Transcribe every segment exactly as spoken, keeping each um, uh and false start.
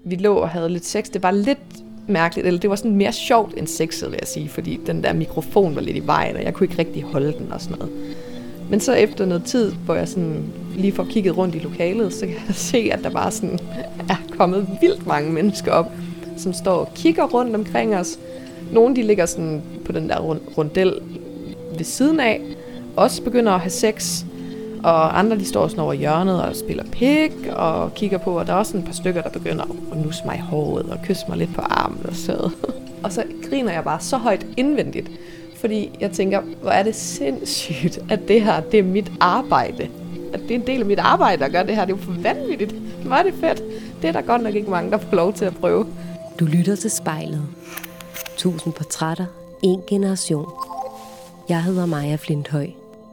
vi lå og havde lidt sex. Det var lidt mærkeligt, eller det var sådan mere sjovt end sexet, vil jeg sige, fordi den der mikrofon var lidt i vejen, og jeg kunne ikke rigtig holde den og sådan noget. Men så efter noget tid, hvor jeg sådan lige får kigget rundt i lokalet, så kan jeg se, at der bare sådan er kommet vildt mange mennesker op, som står og kigger rundt omkring os. Nogle, de ligger sådan på den der rundel ved siden af, også begynder at have sex, og andre, de står sådan over hjørnet og spiller pik og kigger på, og der er også en par stykker, der begynder at nusse mig i håret og kysse mig lidt på armen og så. Og så griner jeg bare så højt indvendigt, fordi jeg tænker, hvor er det sindssygt, at det her, det er mit arbejde. At det er en del af mit arbejde at gøre det her. Det er jo for vanvittigt. Hvor er det fedt. Det er der godt nok ikke mange, der får lov til at prøve. Du lytter til Spejlet. Tusind portrætter. En generation. Jeg hedder Maja Flinthøj.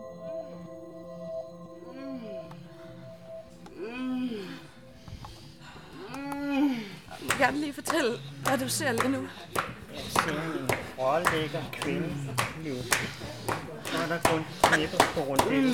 Jeg kan lige fortælle, hvad du ser lige nu. Jeg ser en rålækker kvinde. Jo. Så er der kun knæpper på rundelen.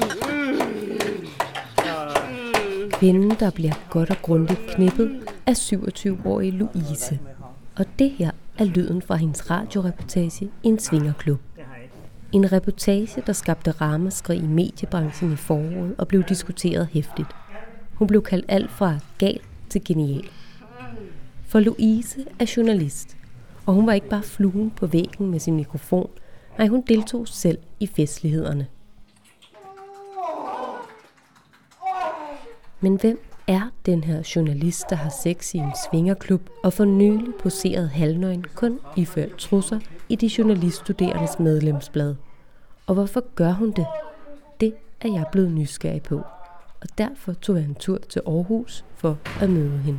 Så... Kvinden, der bliver godt og grundigt knippet, er syvogtyve-årige Louise. Og det her er lyden fra hendes radioreportage i en svingerklub. En reportage, der skabte ramaskrig i mediebranchen i foråret og blev diskuteret heftigt. Hun blev kaldt alt fra gal til genial. For Louise er journalist, og hun var ikke bare fluen på væggen med sin mikrofon, nej, hun deltog selv i festlighederne. Men hvem er den her journalist, der har sex i en svingerklub og for nylig poseret halvnøgen kun iført trusser i de journaliststuderendes medlemsblad? Og hvorfor gør hun det? Det er jeg blevet nysgerrig på, og derfor tog jeg en tur til Aarhus for at møde hende.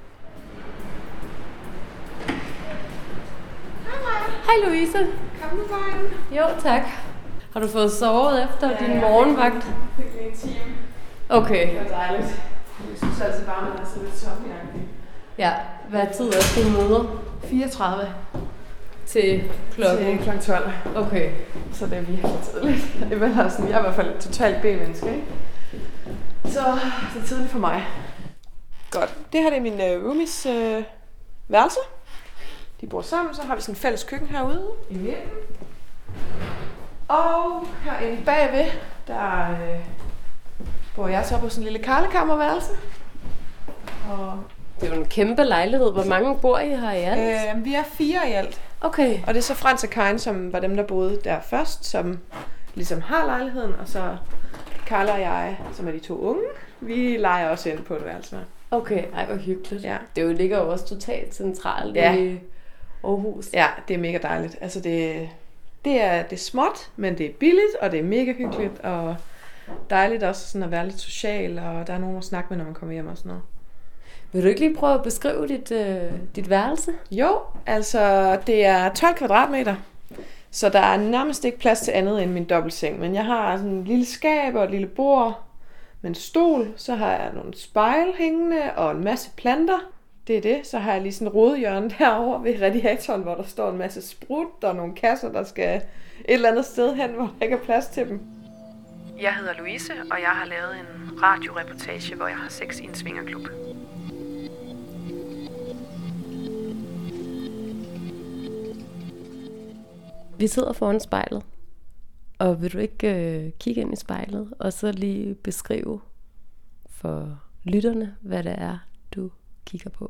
Hej Louise. Kom nu vejen. Jo, tak. Har du fået sovet efter ja, din morgenvagt? Jeg fik lige en time. Okay. Det var dejligt. Jeg synes altid bare, man er så lidt zombie-agtig. Ja, hvad tid er dine møder? fireogtredive Til klokken? Til klokken tolv. Okay. Så det er virkelig tidligt. Det er sådan, jeg er i hvert fald et totalt B-menneske, ikke? Så det er tidligt for mig. Godt. Det her det er min uh, roomies uh, værelse. De bor sammen, så har vi sådan en fælles køkken herude i midten. Og herinde bagved, der øh, bor jeg så på sådan en lille karlekammerværelse. Og det er jo en kæmpe lejlighed. Hvor mange bor I her i alt? Øh, vi er fire i alt. Okay. Og det er så Frans og Karin, som var dem, der boede der først, som ligesom har lejligheden. Og så Carla og jeg, som er de to unge, vi leger også ind på et værelse. Okay, ej hvor hyggeligt. Ja. Det jo ligger jo også totalt centralt ja. i Aarhus. Ja, det er mega dejligt. Altså det, det, er, det er småt, men det er billigt, og det er mega hyggeligt, og dejligt også sådan at være lidt social, og der er nogen at snakke med, når man kommer hjem og sådan noget. Vil du ikke lige prøve at beskrive dit, øh, dit værelse? Jo, altså det er tolv kvadratmeter, så der er nærmest ikke plads til andet end min dobbeltseng, men jeg har sådan en lille skab og et lille bord med en stol, så har jeg nogle spejl hængende og en masse planter. Det er det. Så har jeg lige sådan en rodehjørne derovre ved radiatoren, hvor der står en masse sprut og nogle kasser, der skal et eller andet sted hen, hvor der ikke er plads til dem. Jeg hedder Louise, og jeg har lavet en radioreportage, hvor jeg har sex i en svingerklub. Vi sidder foran spejlet, og vil du ikke øh, kigge ind i spejlet, og så lige beskrive for lytterne, hvad det er, du kigger på?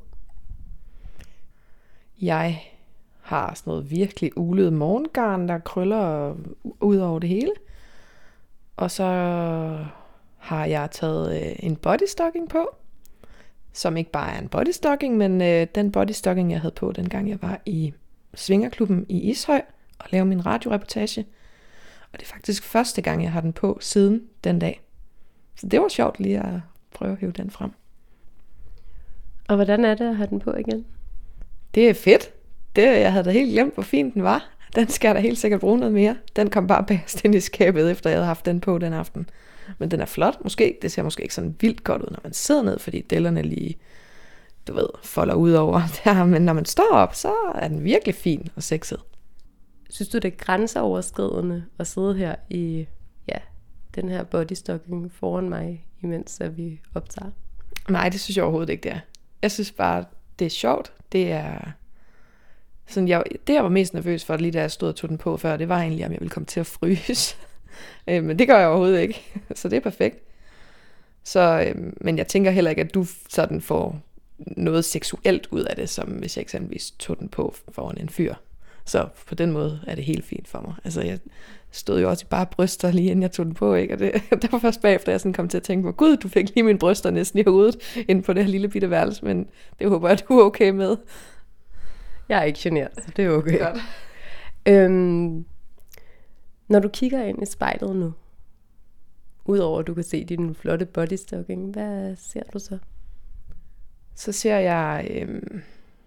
Jeg har sådan noget virkelig ulet morgengarn, der krøller ud over det hele. Og så har jeg taget en bodystocking på, som ikke bare er en bodystocking, men øh, den bodystocking, jeg havde på, dengang jeg var i svingerklubben i Ishøj og lavede min radioreportage. Og det er faktisk første gang, jeg har den på siden den dag. Så det var sjovt lige at prøve at hive den frem. Og hvordan er det at have den på igen? Det er fedt. Det, jeg havde da helt glemt, hvor fin den var. Den skal jeg da helt sikkert bruge noget mere. Den kom bare bagerst ind i skabet, efter jeg havde haft den på den aften. Men den er flot. Måske, det ser måske ikke sådan vildt godt ud, når man sidder ned, fordi dellerne lige, du ved, folder ud over der. Men når man står op, så er den virkelig fin og sexet. Synes du, det er grænseoverskridende at sidde her i ja, den her bodystocking foran mig, imens at vi optager? Nej, det synes jeg overhovedet ikke, det er. Jeg synes bare, det er sjovt. Det er sådan, jeg, det jeg var mest nervøs for, lige da jeg stod og tog den på før, det var egentlig, om jeg ville komme til at fryse. Men det gør jeg overhovedet ikke, så det er perfekt. Så, øhm, men jeg tænker heller ikke, at du sådan får noget seksuelt ud af det, som hvis jeg eksempelvis tog den på foran en fyr. Så på den måde er det helt fint for mig. Altså jeg stod jo også i bare bryster lige inden jeg tog den på, ikke? Og det, det var først bagefter, jeg sådan kom til at tænke på, gud, du fik lige mine bryster næsten i hovedet inde på det her lille bitte værelse, men det håber jeg, du er okay med. Jeg er ikke generet, så det er okay. Godt. Øhm, når du kigger ind i spejlet nu, udover at du kan se din flotte bodystocking, hvad ser du så? Så ser jeg, øhm,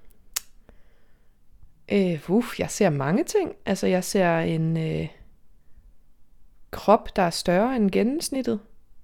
øh, uh, jeg ser mange ting. Altså jeg ser en øh, krop, der er større end gennemsnittet.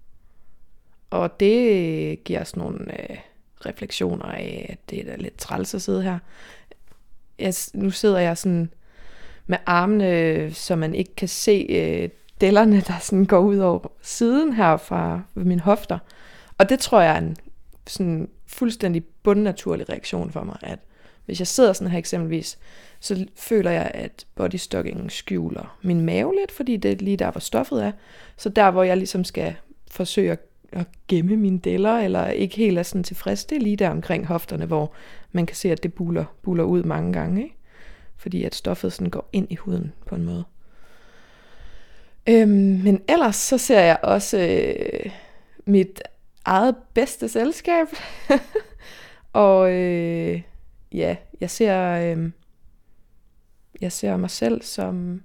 Og det giver sådan nogle øh, refleksioner af, at det er da lidt træls at sidde her. Jeg, nu sidder jeg sådan med armene, så man ikke kan se øh, dellerne, der sådan går ud over siden her fra mine hofter. Og det tror jeg er en sådan fuldstændig bundnaturlig reaktion for mig, at hvis jeg sidder sådan her eksempelvis, så føler jeg, at bodystockingen skjuler min mave lidt, fordi det er lige der, hvor stoffet er. Så der, hvor jeg ligesom skal forsøge at, at gemme mine deller, eller ikke helt er sådan tilfreds, det er lige der omkring hofterne, hvor man kan se, at det buler, buler ud mange gange, ikke? Fordi at stoffet sådan går ind i huden på en måde. Øhm, men ellers så ser jeg også øh, mit eget bedste selskab. Og øh, ja, jeg ser, øh, jeg ser mig selv som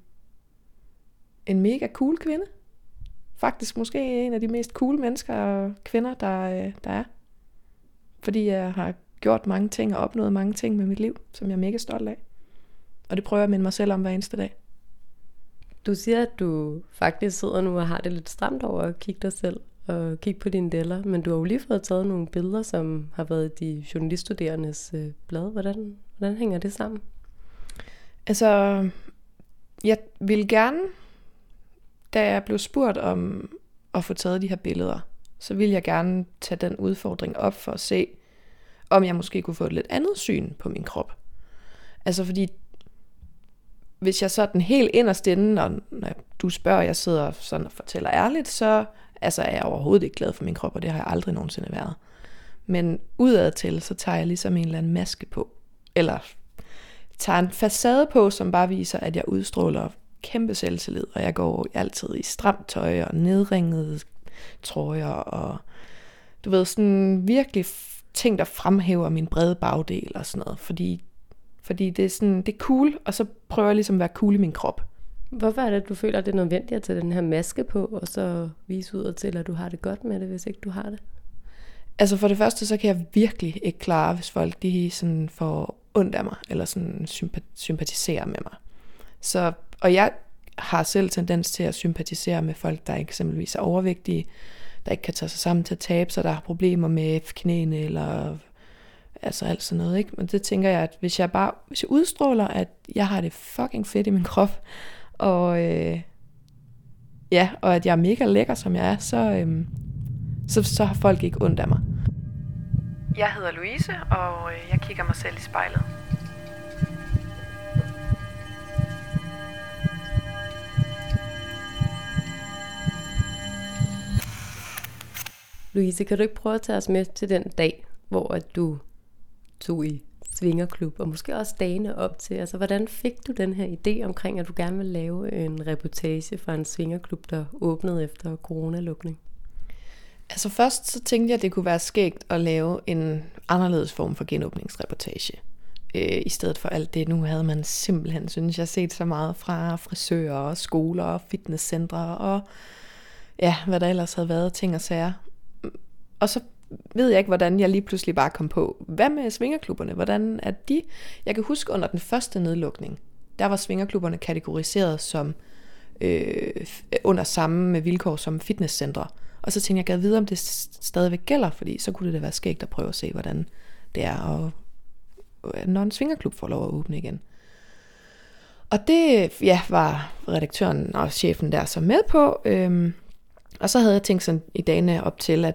en mega cool kvinde. Faktisk måske en af de mest cool mennesker og kvinder, der, øh, der er. Fordi jeg har gjort mange ting og opnået mange ting med mit liv, som jeg er mega stolt af. Og det prøver jeg at minde mig selv om hver eneste dag. Du siger, at du faktisk sidder nu og har det lidt stramt over at kigge dig selv og kigge på dine deller, men du har jo lige fået taget nogle billeder, som har været de journaliststuderendes øh, blad. Hvordan, hvordan hænger det sammen? Altså, jeg ville gerne, da jeg blev spurgt om at få taget de her billeder, så ville jeg gerne tage den udfordring op for at se, om jeg måske kunne få et lidt andet syn på min krop. Altså fordi, hvis jeg sådan helt inderst inde, og når du spørger, jeg sidder sådan og fortæller ærligt, så altså er jeg overhovedet ikke glad for min krop, og det har jeg aldrig nogensinde været. Men udadtil, så tager jeg ligesom en eller anden maske på, eller tager en facade på, som bare viser, at jeg udstråler kæmpe selvtillid, og jeg går altid i stramt tøj og nedringede trøjer, og du ved, sådan virkelig ting, der fremhæver min brede bagdel og sådan noget, fordi, fordi det er sådan, det er cool, og så prøver jeg ligesom at være cool i min krop. Hvorfor er det, at du føler, at det er nødvendigt at tage den her maske på, og så vise ud til, at du har det godt med det, hvis ikke du har det? Altså for det første, så kan jeg virkelig ikke klare, hvis folk de sådan får ondt af mig, eller sådan sympatiserer med mig. Så, og jeg har selv tendens til at sympatisere med folk, der eksempelvis er overvægtige, der ikke kan tage sig sammen til at tabe sig, der har problemer med knæene, eller altså alt sådan noget, ikke? Men det tænker jeg, at hvis jeg bare, hvis jeg udstråler, at jeg har det fucking fedt i min krop, og øh, ja, og at jeg er mega lækker, som jeg er, så, øh, så, så har folk ikke ondt af mig. Jeg hedder Louise, og øh, jeg kigger mig selv i spejlet. Louise, kan du ikke prøve at tage os med til den dag, hvor at du tog i svingerklub, og måske også dagene op til? Altså, hvordan fik du den her idé omkring, at du gerne vil lave en reportage fra en svingerklub, der åbnede efter coronalukning? Altså først så tænkte jeg, at det kunne være skægt at lave en anderledes form for genåbningsreportage. Øh, I stedet for alt det, nu havde man simpelthen, synes jeg, set så meget fra frisører og skoler og fitnesscentre og ja, hvad der ellers havde været, ting og sager. Og så ved jeg ikke, hvordan jeg lige pludselig bare kom på, hvad med svingerklubberne? Hvordan er de? Jeg kan huske under den første nedlukning, der var svingerklubberne kategoriseret som øh, under samme vilkår som fitnesscentre. Og så tænkte jeg, jeg gad vide, om det stadigvæk gælder, fordi så kunne det da være skægt at prøve at se, hvordan det er, og, når en svingerklub får lov at åbne igen. Og det ja, var redaktøren og chefen der så med på. Øhm, og så havde jeg tænkt sådan i dagene op til, at det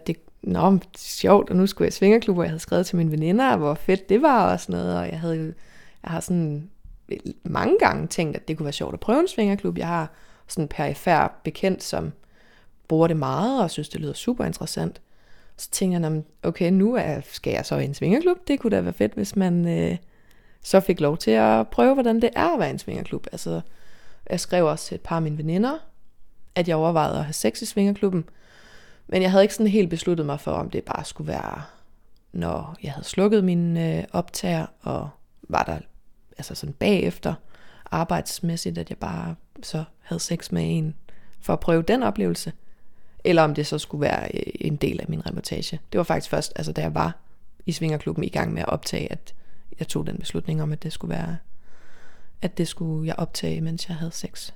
nå, det er sjovt, og nu skulle jeg i svingerklub, og jeg havde skrevet til mine veninder, hvor fedt det var og sådan noget, og jeg havde jeg har sådan mange gange tænkt, at det kunne være sjovt at prøve en svingerklub. Jeg har sådan en perifær bekendt, som bruger det meget, og synes, det lyder super interessant. Så tænker jeg, okay, nu er, skal jeg så i en svingerklub. Det kunne da være fedt, hvis man øh, så fik lov til at prøve, hvordan det er at være i en svingerklub. Altså, jeg skrev også til et par af mine veninder, at jeg overvejede at have sex i svingerklubben. Men jeg havde ikke sådan helt besluttet mig for, om det bare skulle være, når jeg havde slukket mine øh, optager, og var der altså sådan bagefter arbejdsmæssigt, at jeg bare så havde sex med en for at prøve den oplevelse, eller om det så skulle være en del af min reportage. Det var faktisk først, altså da jeg var i svingerklubben i gang med at optage, at jeg tog den beslutning om, at det skulle være, at det skulle jeg optage, mens jeg havde sex.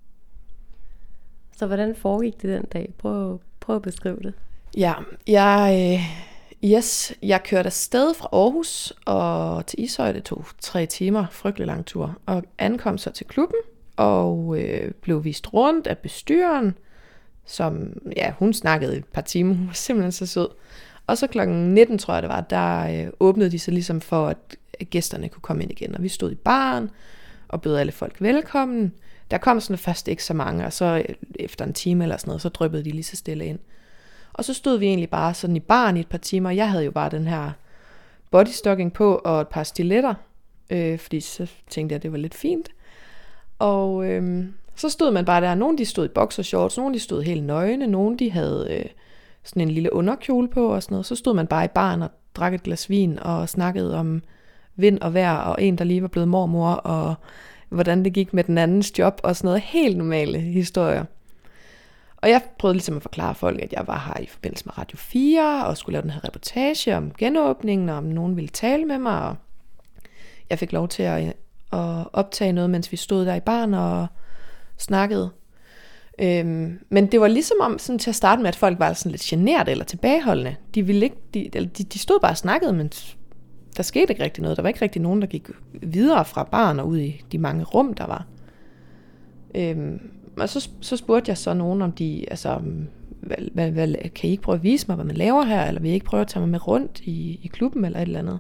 Så hvordan foregik det den dag? Prøv, prøv at beskrive det. Ja, jeg, yes, jeg kørte afsted fra Aarhus og til Ishøj. Det tog tre timer, frygtelig lang tur, og ankom så til klubben og øh, blev vist rundt af bestyreren, som, ja, hun snakkede et par timer, hun var simpelthen så sød. Og så klokken nitten, tror jeg det var, der øh, åbnede de sig ligesom for, at gæsterne kunne komme ind igen. Og vi stod i baren og bød alle folk velkommen. Der kom sådan først ikke så mange, og så efter en time eller sådan noget, så dryppede de lige så stille ind. Og så stod vi egentlig bare sådan i baren i et par timer. Jeg havde jo bare den her bodystocking på og et par stiletter, øh, fordi så tænkte jeg, at det var lidt fint. Og øh, så stod man bare der. Nogle de stod i boxershorts, nogle de stod helt nøgne, nogle de havde øh, sådan en lille underkjole på og sådan noget. Så stod man bare i baren og drak et glas vin og snakkede om vind og vejr, og en, der lige var blevet mormor, og hvordan det gik med den andens job, og sådan noget helt normale historier. Og jeg prøvede ligesom at forklare folk, at jeg var her i forbindelse med Radio fire, og skulle lave den her reportage om genåbningen, og om nogen ville tale med mig, og jeg fik lov til at, at optage noget, mens vi stod der i baren og snakkede. Øhm, men det var ligesom om, sådan til at starte med, at folk var sådan lidt generte eller tilbageholdende. De, ville ikke, de, eller de, de stod bare og snakkede, men der skete ikke rigtig noget. Der var ikke rigtig nogen, der gik videre fra baren og ud i de mange rum, der var. Øhm, og så, så spurgte jeg så nogen, om de, altså, hvad, hvad, hvad, kan I ikke prøve at vise mig, hvad man laver her, eller vil I ikke prøve at tage mig med rundt i, i klubben, eller et eller andet?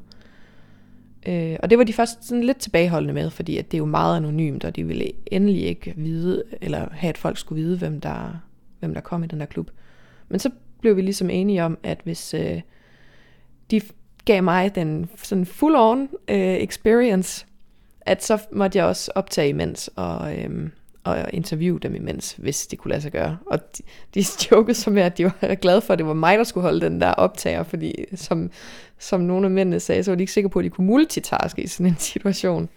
Øh, og det var de først sådan lidt tilbageholdende med, fordi at det er jo meget anonymt, og de ville endelig ikke vide, eller have, at folk skulle vide, hvem der, hvem der kom i den der klub. Men så blev vi ligesom enige om, at hvis øh, de gav mig den sådan full-on øh, experience, at så måtte jeg også optage imens, og, øh, og interviewe dem imens, hvis det kunne lade sig gøre. Og de, de jokede så med, at de var glade for, at det var mig, der skulle holde den der optager, fordi som, som nogle af mændene sagde, så var de ikke sikre på, at de kunne multitaske i sådan en situation.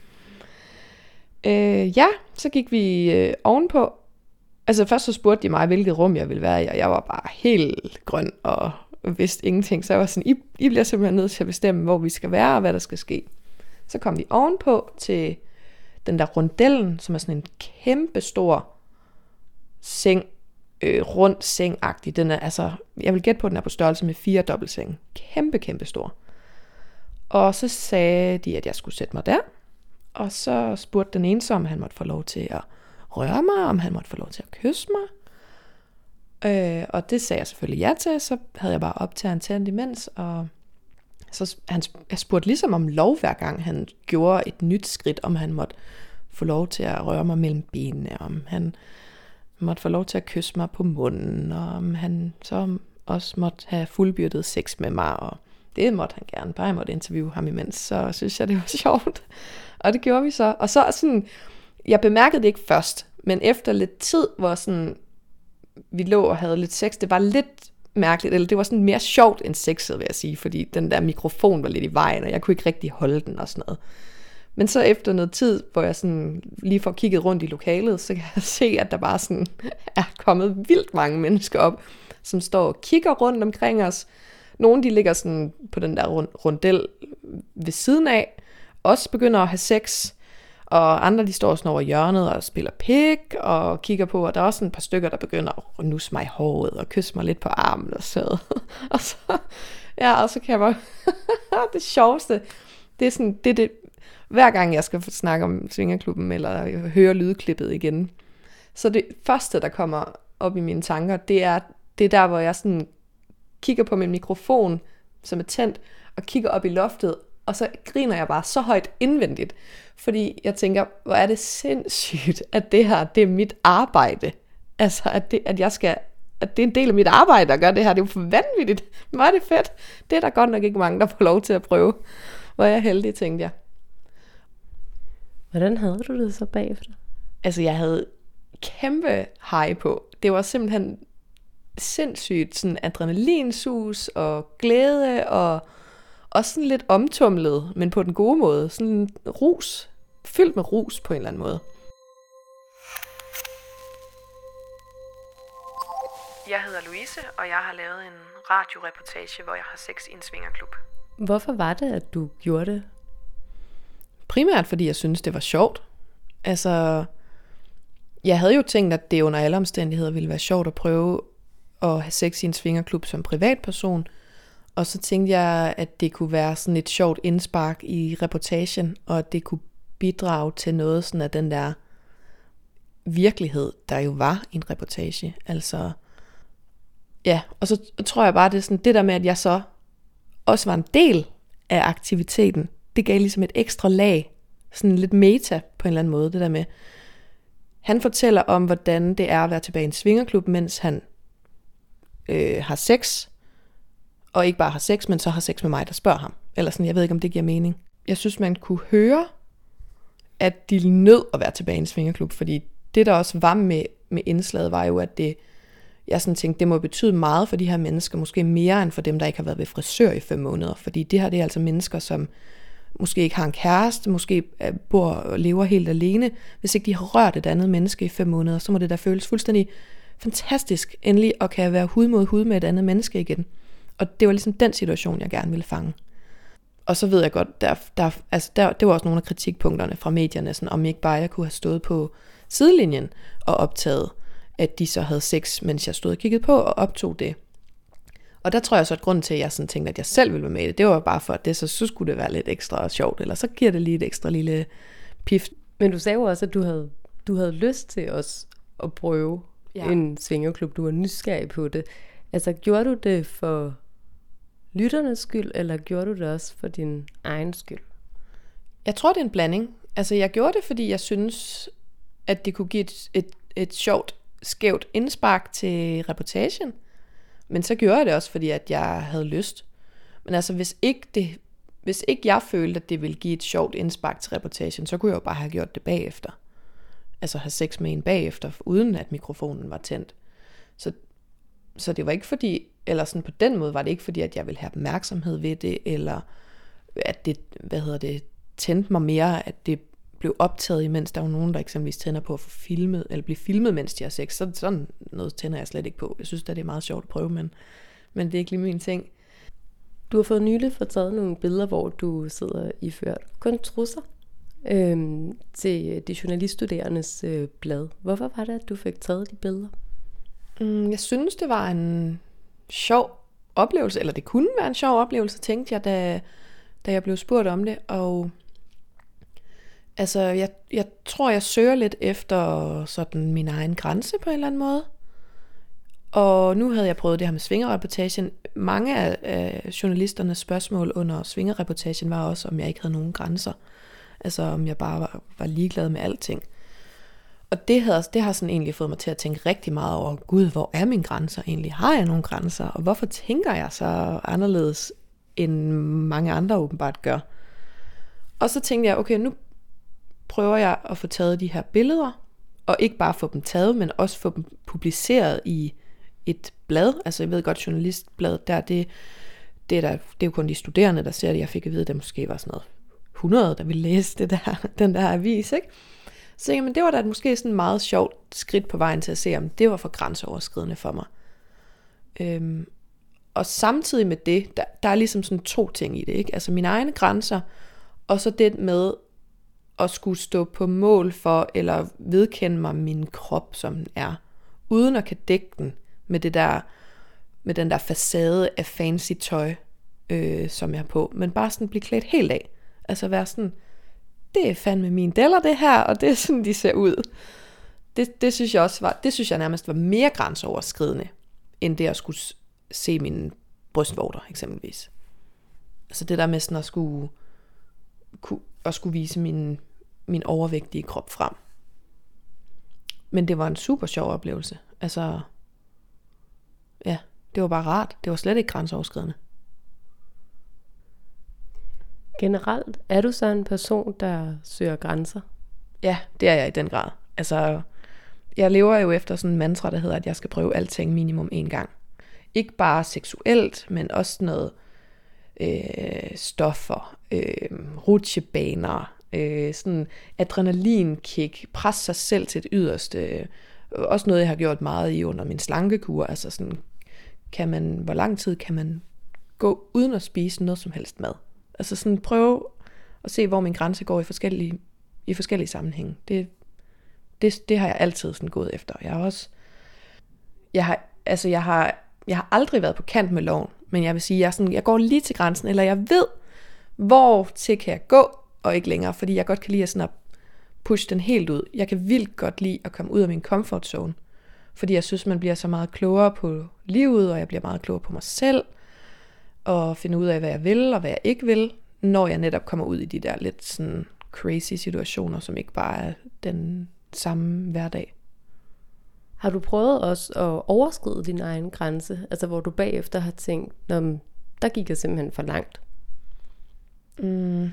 Øh, ja, så gik vi øh, ovenpå. Altså først så spurgte de mig, hvilket rum jeg ville være i, og jeg var bare helt grøn og vidste ingenting. Så jeg var sådan, I, I bliver simpelthen nødt til at bestemme, hvor vi skal være og hvad der skal ske. Så kom vi ovenpå til den der rundellen, som er sådan en kæmpe stor seng, øh, rund seng-agtig. Den er, altså, jeg vil gætte på, at den er på størrelse med fire dobbeltsenge. Kæmpe, kæmpe stor. Og så sagde de, at jeg skulle sætte mig der. Og så spurgte den ene så, om han måtte få lov til at røre mig, om han måtte få lov til at kysse mig. Øh, og det sagde jeg selvfølgelig ja til. Så havde jeg bare optaget tændt imens, og så han, jeg spurgte ligesom om lov hver gang han gjorde et nyt skridt, om han måtte få lov til at røre mig mellem benene, om han måtte få lov til at kysse mig på munden, og om han så også måtte have fuldbyrdet sex med mig, og det måtte han gerne, bare jeg måtte interviewe ham imens, så synes jeg, det var sjovt. Og det gjorde vi så. Og så sådan, jeg bemærkede det ikke først, men efter lidt tid, hvor sådan, vi lå og havde lidt sex, det var lidt mærkeligt, eller det var sådan mere sjovt end sexet, vil jeg sige, fordi den der mikrofon var lidt i vejen, og jeg kunne ikke rigtig holde den og sådan noget. Men så efter noget tid, hvor jeg sådan lige får kigget rundt i lokalet, så kan jeg se, at der bare sådan er kommet vildt mange mennesker op, som står og kigger rundt omkring os. Nogle de ligger sådan på den der rund, rundel ved siden af, også begynder at have sex, og andre de står sådan over hjørnet og spiller pik og kigger på, og der er også et par stykker, der begynder at nusse mig i håret og kysse mig lidt på armen og så. Og så, ja, og så kan jeg bare, det sjoveste, det er sådan, det, det, hver gang jeg skal snakke om svingerklubben eller høre lydklippet igen, så det første, der kommer op i mine tanker, det er, det er der, hvor jeg sådan kigger på min mikrofon, som er tændt, og kigger op i loftet, og så griner jeg bare så højt indvendigt, fordi jeg tænker, hvor er det sindssygt, at det her, det er mit arbejde. Altså, at, det, at jeg skal, at det er en del af mit arbejde at gøre det her, det er jo for vanvittigt. Hvor er det fedt. Det er der godt nok ikke mange, der får lov til at prøve. Hvor er jeg heldig, tænkte jeg. Hvordan havde du det så bagefter? Altså, jeg havde kæmpe high på. Det var simpelthen sindssygt sådan adrenalinsus og glæde og også sådan lidt omtumlet, men på den gode måde. Sådan rus. Fyldt med rus på en eller anden måde. Jeg hedder Louise, og jeg har lavet en radioreportage, hvor jeg har sex i en svingerklub. Hvorfor var det, at du gjorde det? Primært fordi jeg synes det var sjovt. Altså, jeg havde jo tænkt, at det under alle omstændigheder ville være sjovt at prøve at have sex i en svingerklub som privatperson. Og så tænkte jeg, at det kunne være sådan et sjovt indspark i reportagen, og at det kunne bidrage til noget sådan af den der virkelighed, der jo var i en reportage. Altså, ja, og så tror jeg bare, det er sådan det der med, at jeg så også var en del af aktiviteten. Det gav ligesom et ekstra lag, sådan lidt meta på en eller anden måde, det der med. Han fortæller om, hvordan det er at være tilbage i en svingerklub, mens han øh, har sex, og ikke bare har sex, men så har sex med mig, der spørger ham. Eller sådan, jeg ved ikke, om det giver mening. Jeg synes, man kunne høre, at de nød at være tilbage i en svingerklub, fordi det, der også var med, med indslaget, var jo, at det, jeg sådan tænkte, det må betyde meget for de her mennesker, måske mere end for dem, der ikke har været ved frisør i fem måneder, fordi det her, det er altså mennesker, som måske ikke har en kæreste, måske bor og lever helt alene. Hvis ikke de har rørt et andet menneske i fem måneder, så må det da føles fuldstændig fantastisk endelig at kan være hud mod hud med et andet menneske igen. Og det var ligesom den situation, jeg gerne ville fange. Og så ved jeg godt, der, der, altså der, det var også nogle af kritikpunkterne fra medierne, sådan, om ikke bare jeg kunne have stået på sidelinjen og optaget, at de så havde sex, mens jeg stod og kiggede på og optog det. Og der tror jeg så, at grunden til, at jeg sådan tænkte, at jeg selv ville være med i det, det var bare for, at det så, så skulle det være lidt ekstra sjovt, eller så giver det lige et ekstra lille pift. Men du sagde jo også, at du havde, du havde lyst til os at prøve ja. en svingerklub. Du var nysgerrig på det. Altså, gjorde du det for lytternes skyld, eller gjorde du det også for din egen skyld? Jeg tror, det er en blanding. Altså, jeg gjorde det, fordi jeg synes, at det kunne give et, et, et sjovt, skævt indspark til reportagen. Men så gjorde jeg det også, fordi at jeg havde lyst. Men altså, hvis ikke, det, hvis ikke jeg følte, at det ville give et sjovt indspark til reportagen, så kunne jeg jo bare have gjort det bagefter. Altså have sex med en bagefter, uden at mikrofonen var tændt. Så, så det var ikke fordi, eller sådan på den måde var det ikke fordi, at jeg ville have opmærksomhed ved det, eller at det, hvad hedder det, tændte mig mere, at det blev optaget, imens der var nogen, der eksempelvis tænder på at få filmet, eller blive filmet, mens de har sex. Så sådan noget tænder jeg slet ikke på. Jeg synes da, det er meget sjovt at prøve, men, men det er ikke lige min ting. Du har fået nylig fået taget nogle billeder, hvor du sidder iført kun trusser øhm, til de journaliststuderendes øh, blad. Hvorfor var det, at du fik taget de billeder? Mm, jeg synes, det var en sjov oplevelse, eller det kunne være en sjov oplevelse, tænkte jeg, da, da jeg blev spurgt om det, og altså, jeg, jeg tror, jeg søger lidt efter sådan min egen grænse på en eller anden måde. Og nu havde jeg prøvet det her med svingerreportagen. Mange af, af journalisternes spørgsmål under svingerreportagen var også, om jeg ikke havde nogen grænser. Altså, om jeg bare var, var ligeglad med alting. Og det, havde, det har sådan egentlig fået mig til at tænke rigtig meget over, gud, hvor er mine grænser egentlig? Har jeg nogle grænser? Og hvorfor tænker jeg så anderledes, end mange andre åbenbart gør? Og så tænkte jeg, okay, nu prøver jeg at få taget de her billeder, og ikke bare få dem taget, men også få dem publiceret i et blad. Altså jeg ved godt, journalistblad, der, det, det, er der, det er jo kun de studerende, der ser det. Jeg fik at vide, at der måske var sådan noget hundrede, der ville læse det der, den der avis, ikke? Så jamen, det var da måske sådan et meget sjovt skridt på vejen til at se, om det var for grænseoverskridende for mig. Øhm, og samtidig med det, der, der er ligesom sådan to ting i det, ikke? Altså mine egne grænser, og så det med at skulle stå på mål for, eller vedkende mig min krop, som den er, uden at kan dække den med det der, med den der facade af fancy tøj, øh, som jeg har på, men bare sådan blive klædt helt af. Altså være sådan, det er fandme mine deller det her, og det er sådan, de ser ud. Det, det synes jeg også var, det synes jeg nærmest var mere grænseoverskridende, end det at skulle se mine brystvorter eksempelvis. Altså det der med sådan at skulle, at skulle vise min, min overvægtige krop frem. Men det var en super sjov oplevelse. Altså, ja, det var bare rart. Det var slet ikke grænseoverskridende. Generelt, er du så en person, der søger grænser? Ja, det er jeg i den grad. Altså, jeg lever jo efter sådan en mantra, der hedder, at jeg skal prøve alting minimum en gang. Ikke bare seksuelt, men også noget øh, stoffer, øh, rutsjebaner, øh, sådan adrenalinkick, presse sig selv til det yderste. Også noget, jeg har gjort meget i under min slankekur. Altså sådan, kan man, hvor lang tid kan man gå uden at spise noget som helst mad? Altså sådan prøve at se, hvor min grænse går i forskellige, i forskellige sammenhænge. Det, det, det har jeg altid sådan gået efter. Jeg har også, jeg har, altså jeg har, jeg har aldrig været på kant med loven, men jeg vil sige, jeg, sådan, jeg går lige til grænsen, eller jeg ved, hvor til kan jeg gå, og ikke længere, fordi jeg godt kan lide at, sådan at pushe den helt ud. Jeg kan vildt godt lide at komme ud af min comfort zone, fordi jeg synes, man bliver så meget klogere på livet, og jeg bliver meget klogere på mig selv, og finde ud af, hvad jeg vil, og hvad jeg ikke vil, når jeg netop kommer ud i de der lidt sådan crazy situationer, som ikke bare er den samme hverdag. Har du prøvet også at overskride din egen grænse? Altså hvor du bagefter har tænkt, der gik jeg simpelthen for langt? Mm.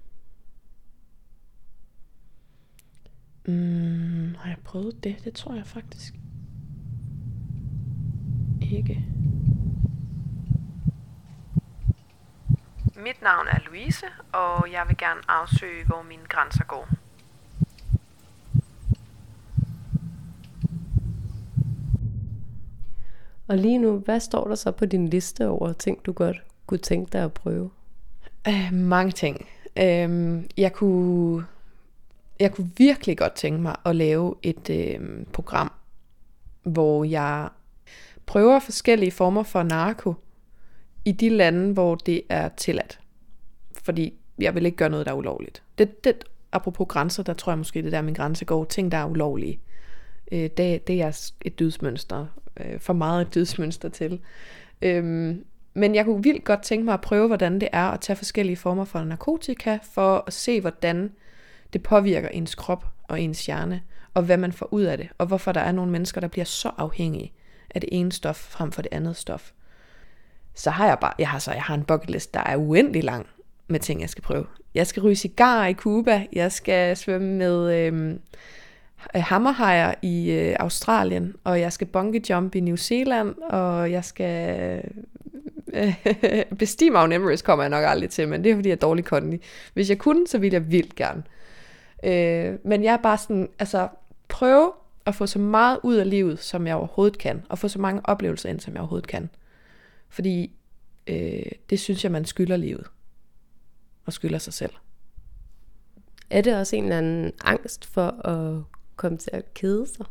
Mm, har jeg prøvet det? Det tror jeg faktisk ikke. Mit navn er Louise, og jeg vil gerne afsøge, hvor mine grænser går. Og lige nu, hvad står der så på din liste over ting, du godt kunne tænke dig at prøve? Uh, mange ting. Uh, jeg kunne, jeg kunne virkelig godt tænke mig at lave et uh, program, hvor jeg prøver forskellige former for narko i de lande, hvor det er tilladt. Fordi jeg vil ikke gøre noget, der er ulovligt. Det, det, apropos grænser, der tror jeg måske, det der min grænse går. Ting, der er ulovlige. Øh, det, det er et dydsmønster. Øh, for meget et dydsmønster til. Øhm, men jeg kunne vildt godt tænke mig at prøve, hvordan det er at tage forskellige former for narkotika, for at se, hvordan det påvirker ens krop og ens hjerne, og hvad man får ud af det, og hvorfor der er nogle mennesker, der bliver så afhængige af det ene stof frem for det andet stof. Så har jeg bare, jeg har så, jeg har en bucket list, der er uendelig lang med ting, jeg skal prøve. Jeg skal ryge cigar i Cuba, jeg skal svømme med øhm, hammerhajer i øh, Australien, og jeg skal bungee jump i New Zealand, og jeg skal øh, bestige Mount Everest kommer jeg nok aldrig til, men det er fordi jeg er dårlig kondi. Hvis jeg kunne, så ville jeg vildt gerne. Øh, men jeg er bare sådan, altså prøve at få så meget ud af livet, som jeg overhovedet kan, og få så mange oplevelser ind, som jeg overhovedet kan. Fordi øh, det synes jeg, man skylder livet. Og skylder sig selv. Er det også en eller anden angst for at komme til at kede sig?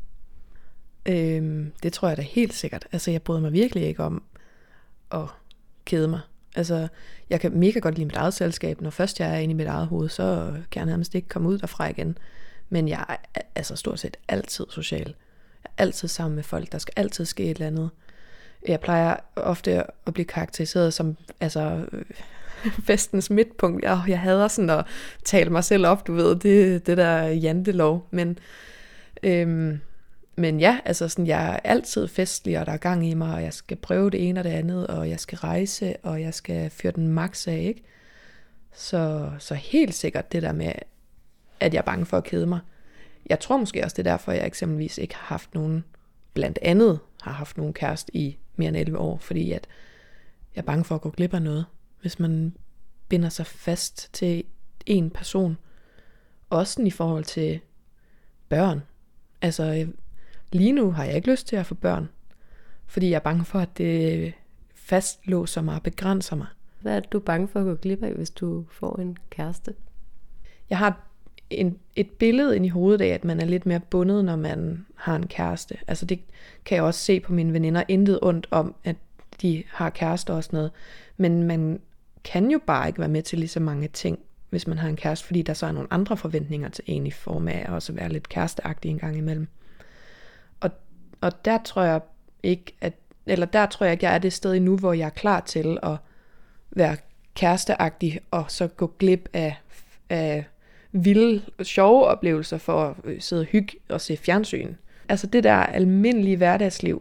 Øhm, det tror jeg da helt sikkert. Altså jeg bryder mig virkelig ikke om at kede mig. Altså jeg kan mega godt lide mit eget selskab. Når først jeg er inde i mit eget hoved, så kan jeg nærmest ikke komme ud derfra igen. Men jeg er altså stort set altid social. Jeg er altid sammen med folk. Der skal altid ske et eller andet. Jeg plejer ofte at blive karakteriseret som altså festens midtpunkt. Jeg, jeg hader sådan at tale mig selv op, du ved, det, det der jantelov. Men, øhm, men ja, altså sådan, jeg er altid festlig, og der er gang i mig, og jeg skal prøve det ene og det andet, og jeg skal rejse, og jeg skal fyre den max af, ikke? Så, så helt sikkert det der med, at jeg er bange for at kede mig. Jeg tror måske også, det er derfor, jeg eksempelvis ikke har haft nogen, blandt andet har haft nogen kæreste i mere end elleve år, fordi at jeg er bange for at gå glip af noget, hvis man binder sig fast til en person. Også i forhold til børn. Altså lige nu har jeg ikke lyst til at få børn, fordi jeg er bange for, at det fastlåser mig og begrænser mig. Hvad er du bange for at gå glip af, hvis du får en kæreste? Jeg har en, et billede ind i hovedet af, at man er lidt mere bundet, når man har en kæreste. Altså det kan jeg også se på mine veninder. Intet ondt om, at de har kærester og sådan noget. Men man kan jo bare ikke være med til lige så mange ting, hvis man har en kæreste, fordi der så er nogle andre forventninger til en i form af at også være lidt kæresteagtig en gang imellem. Og, og der tror jeg ikke, at eller der tror jeg ikke, jeg er det sted endnu, hvor jeg er klar til at være kæresteagtig, og så gå glip af, af vilde, sjove oplevelser for at sidde og hygge og se fjernsyn. Altså det der almindelige hverdagsliv,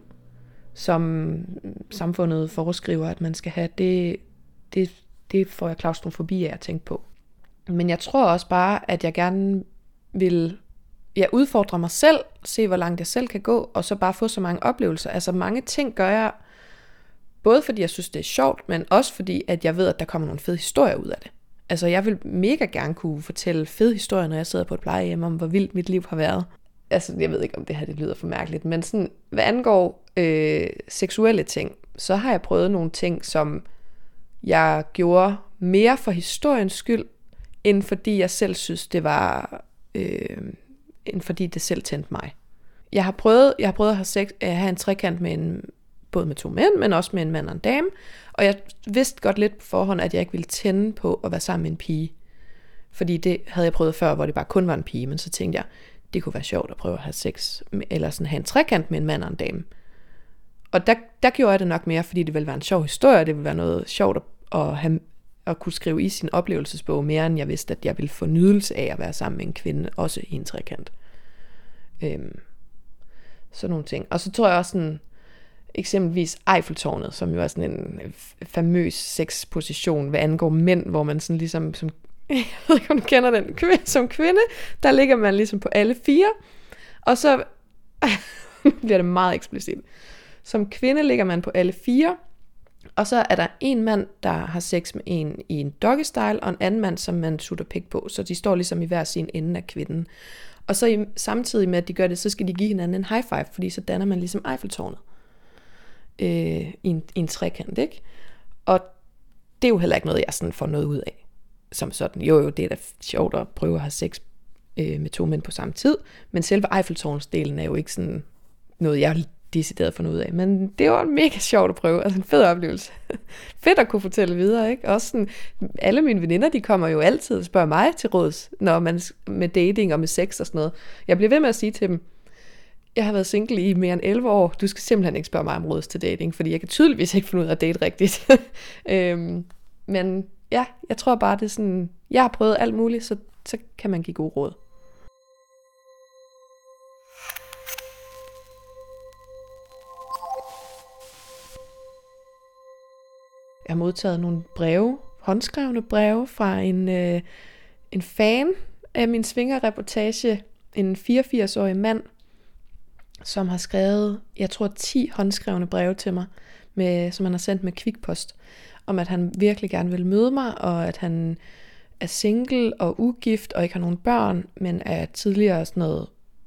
som samfundet foreskriver, at man skal have, det, det, det får jeg klaustrofobi af at tænke på. Men jeg tror også bare, at jeg gerne vil jeg udfordre mig selv, se hvor langt jeg selv kan gå, og så bare få så mange oplevelser. Altså mange ting gør jeg, både fordi jeg synes, det er sjovt, men også fordi, at jeg ved, at der kommer nogle fede historier ud af det. Altså jeg vil mega gerne kunne fortælle fede historier, når jeg sidder på et plejehjem, om hvor vildt mit liv har været. Altså jeg ved ikke, om det her det lyder for mærkeligt, men sådan, hvad angår øh, seksuelle ting, så har jeg prøvet nogle ting, som jeg gjorde mere for historiens skyld, end fordi jeg selv synes, det var... Øh, end fordi det selv tændte mig. Jeg har prøvet, jeg har prøvet at have, sex, at have en trekant med en, både med to mænd, men også med en mand og en dame, og jeg vidste godt lidt på forhånd, at jeg ikke ville tænde på at være sammen med en pige. Fordi det havde jeg prøvet før, hvor det bare kun var en pige, men så tænkte jeg, det kunne være sjovt at prøve at have sex, eller sådan have en trekant med en mand og en dame. Og der, der gjorde jeg det nok mere, fordi det ville være en sjov historie, det ville være noget sjovt at, at have at kunne skrive i sin oplevelsesbog, mere end jeg vidste, at jeg ville få nydelse af at være sammen med en kvinde, også i en trekant. Øhm, sådan nogle ting. Og så tror jeg også sådan, eksempelvis Eiffeltårnet, som jo er sådan en famøs sexposition, hvad angår mænd, hvor man sådan ligesom, som, jeg ved ikke, om du kender den, som kvinde, der ligger man ligesom på alle fire, og så bliver det meget eksplicit. Som kvinde ligger man på alle fire, og så er der en mand, der har sex med en i en doggy style, og en anden mand, som man sutter pik på. Så de står ligesom i hver sin ende af kvinden. Og så i, samtidig med, at de gør det, så skal de give hinanden en high five, fordi så danner man ligesom Eiffeltårnet øh, i, en, i en trekant, ikke? Og det er jo heller ikke noget, jeg sådan får noget ud af. Som sådan, jo jo, det er da sjovt at prøve at have sex øh, med to mænd på samme tid, men selve Eiffeltårnsdelen er jo ikke sådan noget, jeg decideret for noget ud af, men det var mega sjovt at prøve, altså en fed oplevelse. Fedt at kunne fortælle videre, ikke? Også sådan, alle mine veninder, de kommer jo altid og spørger mig til råds, når man med dating og med sex og sådan noget. Jeg bliver ved med at sige til dem, jeg har været single i mere end elleve år, du skal simpelthen ikke spørge mig om råds til dating, fordi jeg kan tydeligvis ikke finde ud af at date rigtigt. øhm, men ja, jeg tror bare, det er sådan, jeg har prøvet alt muligt, så, så kan man give god råd. Jeg har modtaget nogle breve, håndskrevne breve fra en, øh, en fan af min svingerreportage, en fireogfirs-årig mand, som har skrevet, jeg tror, ti håndskrevne breve til mig, med, som han har sendt med kvikpost, om at han virkelig gerne vil møde mig, og at han er single og ugift, og ikke har nogen børn, men er tidligere sådan noget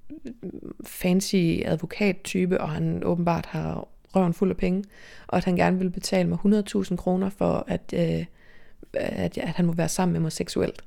fancy advokattype, og han åbenbart har røven fuld af penge, og at han gerne vil betale mig hundrede tusind kroner for, at, øh, at, at han må være sammen med mig seksuelt.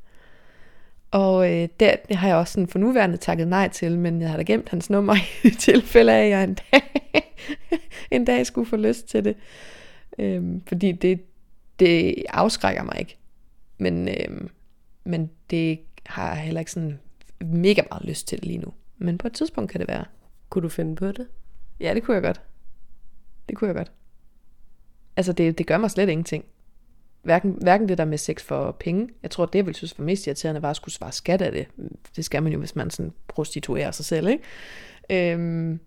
Og øh, det, det har jeg også sådan for nuværende takket nej til, men jeg har da gemt hans nummer i tilfælde af, at jeg en dag, en dag skulle få lyst til det. Øhm, fordi det, det afskrækker mig ikke. Men, øhm, men det har jeg heller ikke sådan mega meget lyst til lige nu. Men på et tidspunkt kan det være. Kunne du finde på det? Ja, det kunne jeg godt. Det kunne jeg godt. Altså, det, det gør mig slet ingenting. Hverken, hverken det der med sex for penge. Jeg tror, det jeg ville synes var mest irriterende, var at skulle svare skat af det. Det skal man jo, hvis man sådan prostituerer sig selv, ikke? Øhm,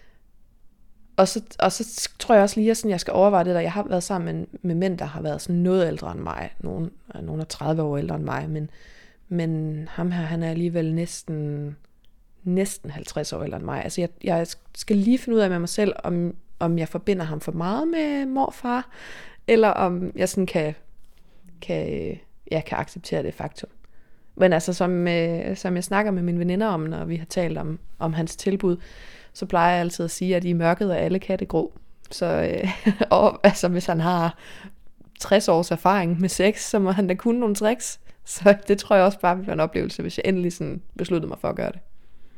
og, så, og så tror jeg også lige, at sådan, jeg skal overveje det der. Jeg har været sammen med, med mænd, der har været sådan noget ældre end mig. Nogle, nogle er tredive år ældre end mig. Men, men ham her, han er alligevel næsten, næsten halvtreds år ældre end mig. Altså, jeg, jeg skal lige finde ud af med mig selv, om om jeg forbinder ham for meget med morfar, eller om jeg sådan kan, kan, jeg kan acceptere det faktum. Men altså, som, øh, som jeg snakker med mine veninder om, når vi har talt om, om hans tilbud, så plejer jeg altid at sige, at i mørket er alle katte grå. Så øh, og, altså, hvis han har tres års erfaring med sex, så må han da kunne nogle tricks. Så det tror jeg også bare vil være en oplevelse, hvis jeg endelig sådan besluttede mig for at gøre det.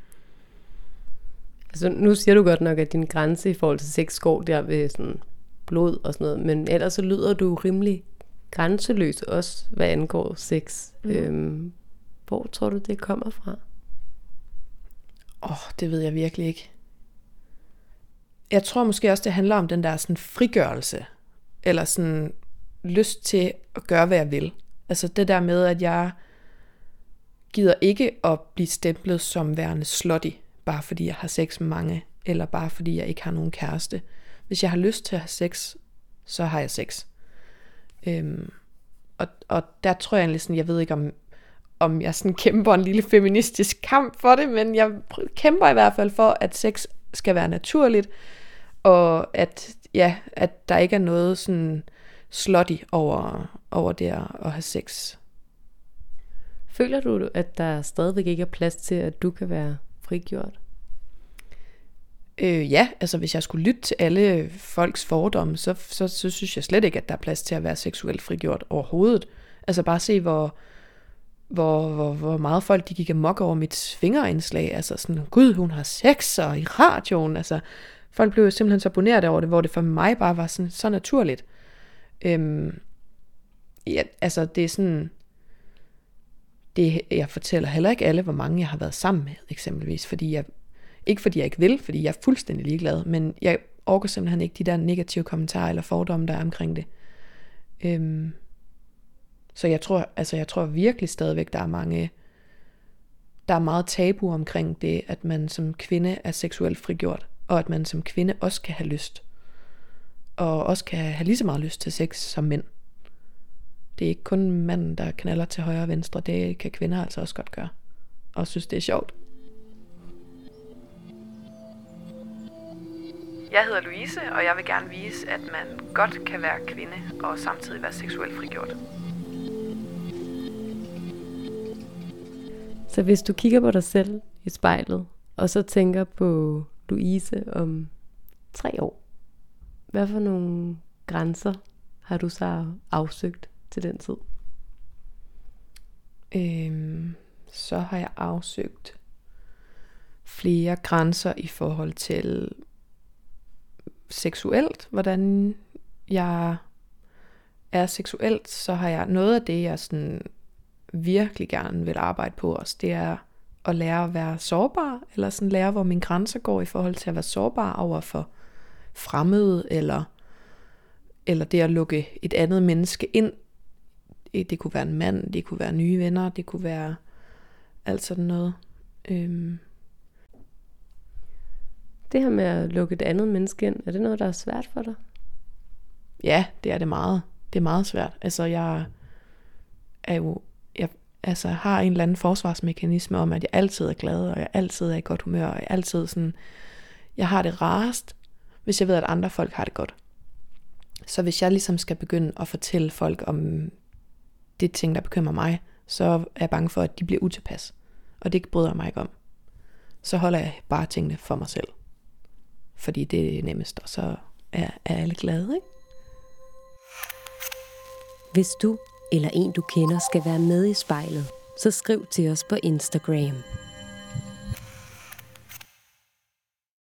Altså, nu siger du godt nok, at din grænse i forhold til sex går der ved sådan blod og sådan noget, men ellers så lyder du rimelig grænseløs også, hvad angår sex. Mm. Øhm, hvor tror du, det kommer fra? Åh, oh, det ved jeg virkelig ikke. jeg tror måske også, det handler om den der sådan frigørelse, eller sådan lyst til at gøre, hvad jeg vil. Altså det der med, at jeg gider ikke at blive stemplet som værende slutty, bare fordi jeg har sex med mange, eller bare fordi jeg ikke har nogen kæreste. Hvis jeg har lyst til at have sex, så har jeg sex. Øhm, og, og der tror jeg egentlig sådan, jeg ved ikke om, om jeg sådan kæmper en lille feministisk kamp for det, men jeg kæmper i hvert fald for, at sex skal være naturligt, og at, ja, at der ikke er noget sådan slutty over, over det at have sex. Føler du, at der stadigvæk ikke er plads til, at du kan være frigjort? Øh, ja, altså hvis jeg skulle lytte til alle folks fordomme, så, så, så synes jeg slet ikke, at der er plads til at være seksuelt frigjort overhovedet. Altså bare se, hvor, hvor, hvor, hvor meget folk de gik amok over mit fingerindslag. Altså sådan, gud, hun har sex, og i radioen. Altså, folk blev jo simpelthen så abonneret over det, hvor det for mig bare var sådan, så naturligt. Øhm, ja, altså det er sådan... Det, jeg fortæller heller ikke alle, hvor mange jeg har været sammen med, eksempelvis, fordi jeg, ikke fordi jeg ikke vil, fordi jeg er fuldstændig ligeglad, men jeg orker simpelthen ikke de der negative kommentarer eller fordomme, der er omkring det. Øhm, så jeg tror, altså jeg tror virkelig stadigvæk, der er mange, der er meget tabu omkring det, at man som kvinde er seksuelt frigjort, og at man som kvinde også kan have lyst, og også kan have lige så meget lyst til sex som mænd. Det er ikke kun manden, der knalder til højre og venstre. Det kan kvinder altså også godt gøre. Og synes, det er sjovt. Jeg hedder Louise, og jeg vil gerne vise, at man godt kan være kvinde og samtidig være seksuelt frigjort. Så hvis du kigger på dig selv i spejlet, og så tænker på Louise om tre år, hvad for nogle grænser har du så afsøgt til den tid? Øhm, så har jeg afsøgt flere grænser i forhold til seksuelt, hvordan jeg er seksuelt. Så har jeg noget af det, jeg sådan virkelig gerne vil arbejde på også, det er at lære at være sårbar, eller sådan lære, hvor mine grænser går i forhold til at være sårbar over for fremmede, eller, eller det at lukke et andet menneske ind. Det kunne være en mand, det kunne være nye venner, det kunne være alt sådan noget. Øhm. Det her med at lukke et andet menneske ind, er det noget, der er svært for dig? Ja, det er det meget. Det er meget svært. Altså jeg er jo, jeg altså, har en eller anden forsvarsmekanisme om, at jeg altid er glad, og jeg altid er i godt humør, og jeg altid sådan, jeg har det rarest, hvis jeg ved, at andre folk har det godt. Så hvis jeg ligesom skal begynde at fortælle folk om det ting, der bekymrer mig, så er jeg bange for, at de bliver utilpas. Og det bryder jeg mig ikke om. Så holder jeg bare tingene for mig selv. Fordi det er nemmest, og så er, er alle glade, ikke? Hvis du eller en, du kender, skal være med i spejlet, så skriv til os på Instagram.